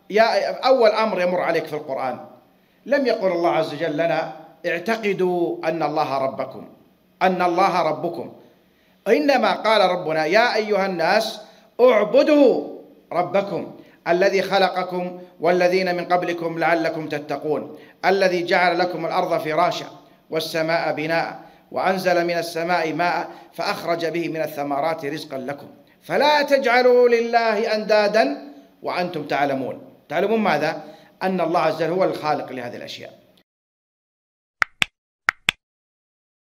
أول أمر يمر عليك في القرآن لم يقل الله عز وجل لنا اعتقدوا أن الله ربكم، أن الله ربكم، إنما قال ربنا يا أيها الناس اعبدوا ربكم الذي خلقكم والذين من قبلكم لعلكم تتقون، الذي جعل لكم الأرض فراشا والسماء بناء وأنزل من السماء ماء فأخرج به من الثمرات رزقا لكم فلا تجعلوا لله أندادا وأنتم تعلمون. تعلمون ماذا؟ أن الله عز وجل هو الخالق لهذه الأشياء.